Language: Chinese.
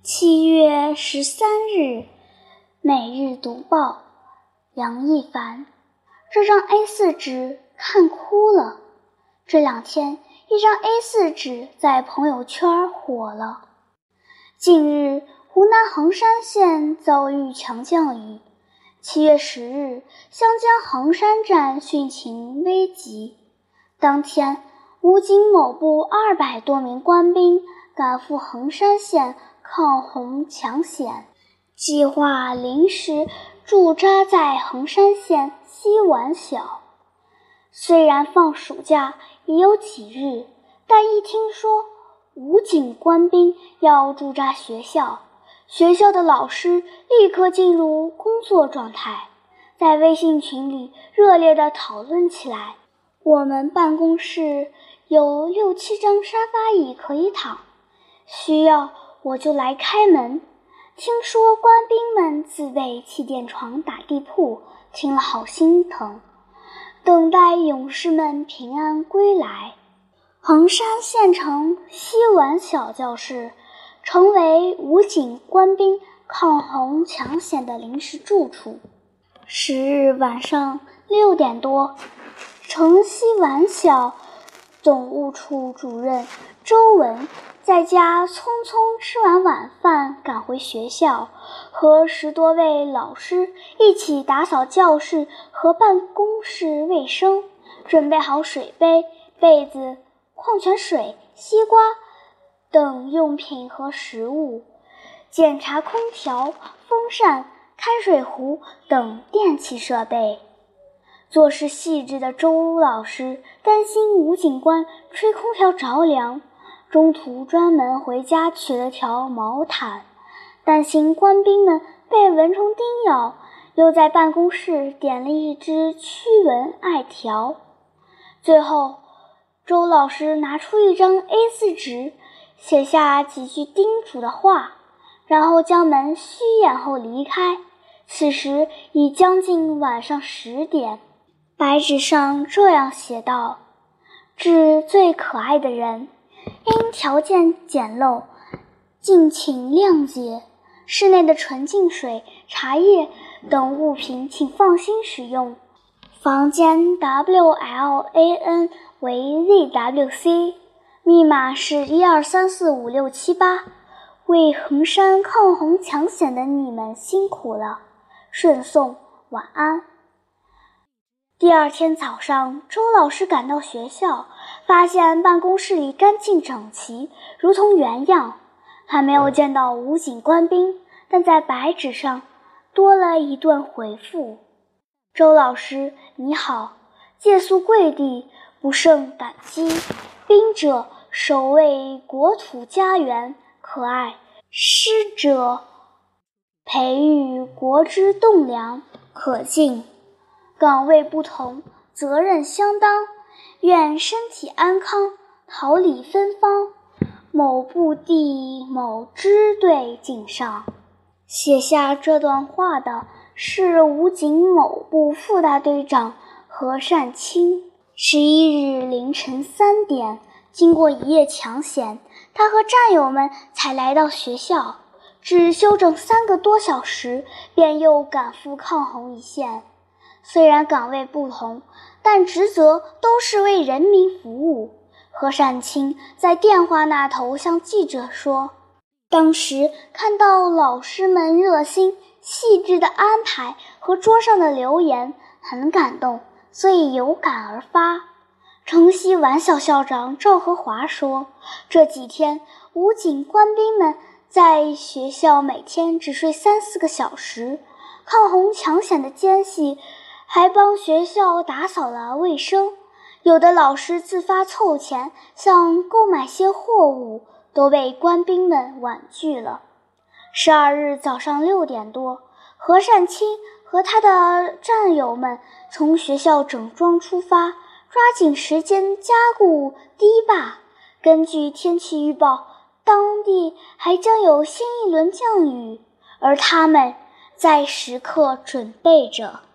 7月13日，每日读报，杨一凡。这张 A4 纸看哭了。这2天，一张 A4 纸在朋友圈火了。近日，湖南衡山县遭遇强降雨。7月10日，湘江衡山站汛情危急。当天，武警某部200多名官兵赶赴衡山县抗洪抢险，计划临时驻扎在衡山县西莞小。虽然放暑假也有几日，但一听说武警官兵要驻扎学校，学校的老师立刻进入工作状态，在微信群里热烈地讨论起来。我们办公室有6、7张沙发椅可以躺，需要我就来开门。听说官兵们自备气垫床打地铺，听了好心疼，等待勇士们平安归来。衡山县城西莞小教室成为武警官兵抗洪抢险的临时住处。10日晚上6点多，城西莞小总务处主任周文在家匆匆吃完晚饭，赶回学校，和10多位老师一起打扫教室和办公室卫生，准备好水杯、被子、矿泉水、西瓜等用品和食物，检查空调、风扇、开水壶等电气设备。做事细致的周老师担心武警官吹空调着凉，中途专门回家取了条毛毯，担心官兵们被蚊虫叮咬，又在办公室点了一支驱蚊艾条。最后，周老师拿出一张 A4 纸，写下几句叮嘱的话，然后将门虚掩后离开。此时已将近晚上10点。白纸上这样写道：致最可爱的人，因条件简陋，敬请谅解。室内的纯净水、茶叶等物品请放心使用。房间 WLAN 为 ZWC， 密码是123456788。为衡山抗洪抢险的你们辛苦了，顺送，晚安。第2天早上，周老师赶到学校，发现办公室里干净整齐，如同原样。还没有见到武警官兵，但在白纸上多了一段回复：周老师你好，借宿跪地，不胜感激。兵者，守卫国土家园，可爱；师者，培育国之栋梁，可敬。岗位不同，责任相当，愿身体安康，桃李芬芳。某部第某支队敬上。写下这段话的是武警某部副大队长何善清。11日凌晨3点，经过一夜抢险，他和战友们才来到学校，只休整3个多小时，便又赶赴抗洪一线。虽然岗位不同，但职责都是为人民服务。何善清在电话那头向记者说，当时看到老师们热心细致的安排和桌上的留言，很感动，所以有感而发。城西皖小校长赵和华说，这几天武警官兵们在学校每天只睡3、4个小时，抗洪抢险的间隙还帮学校打扫了卫生，有的老师自发凑钱想购买些货物，都被官兵们婉拒了。12日早上6点多，何善清和他的战友们从学校整装出发，抓紧时间加固堤坝。根据天气预报，当地还将有新一轮降雨，而他们在时刻准备着。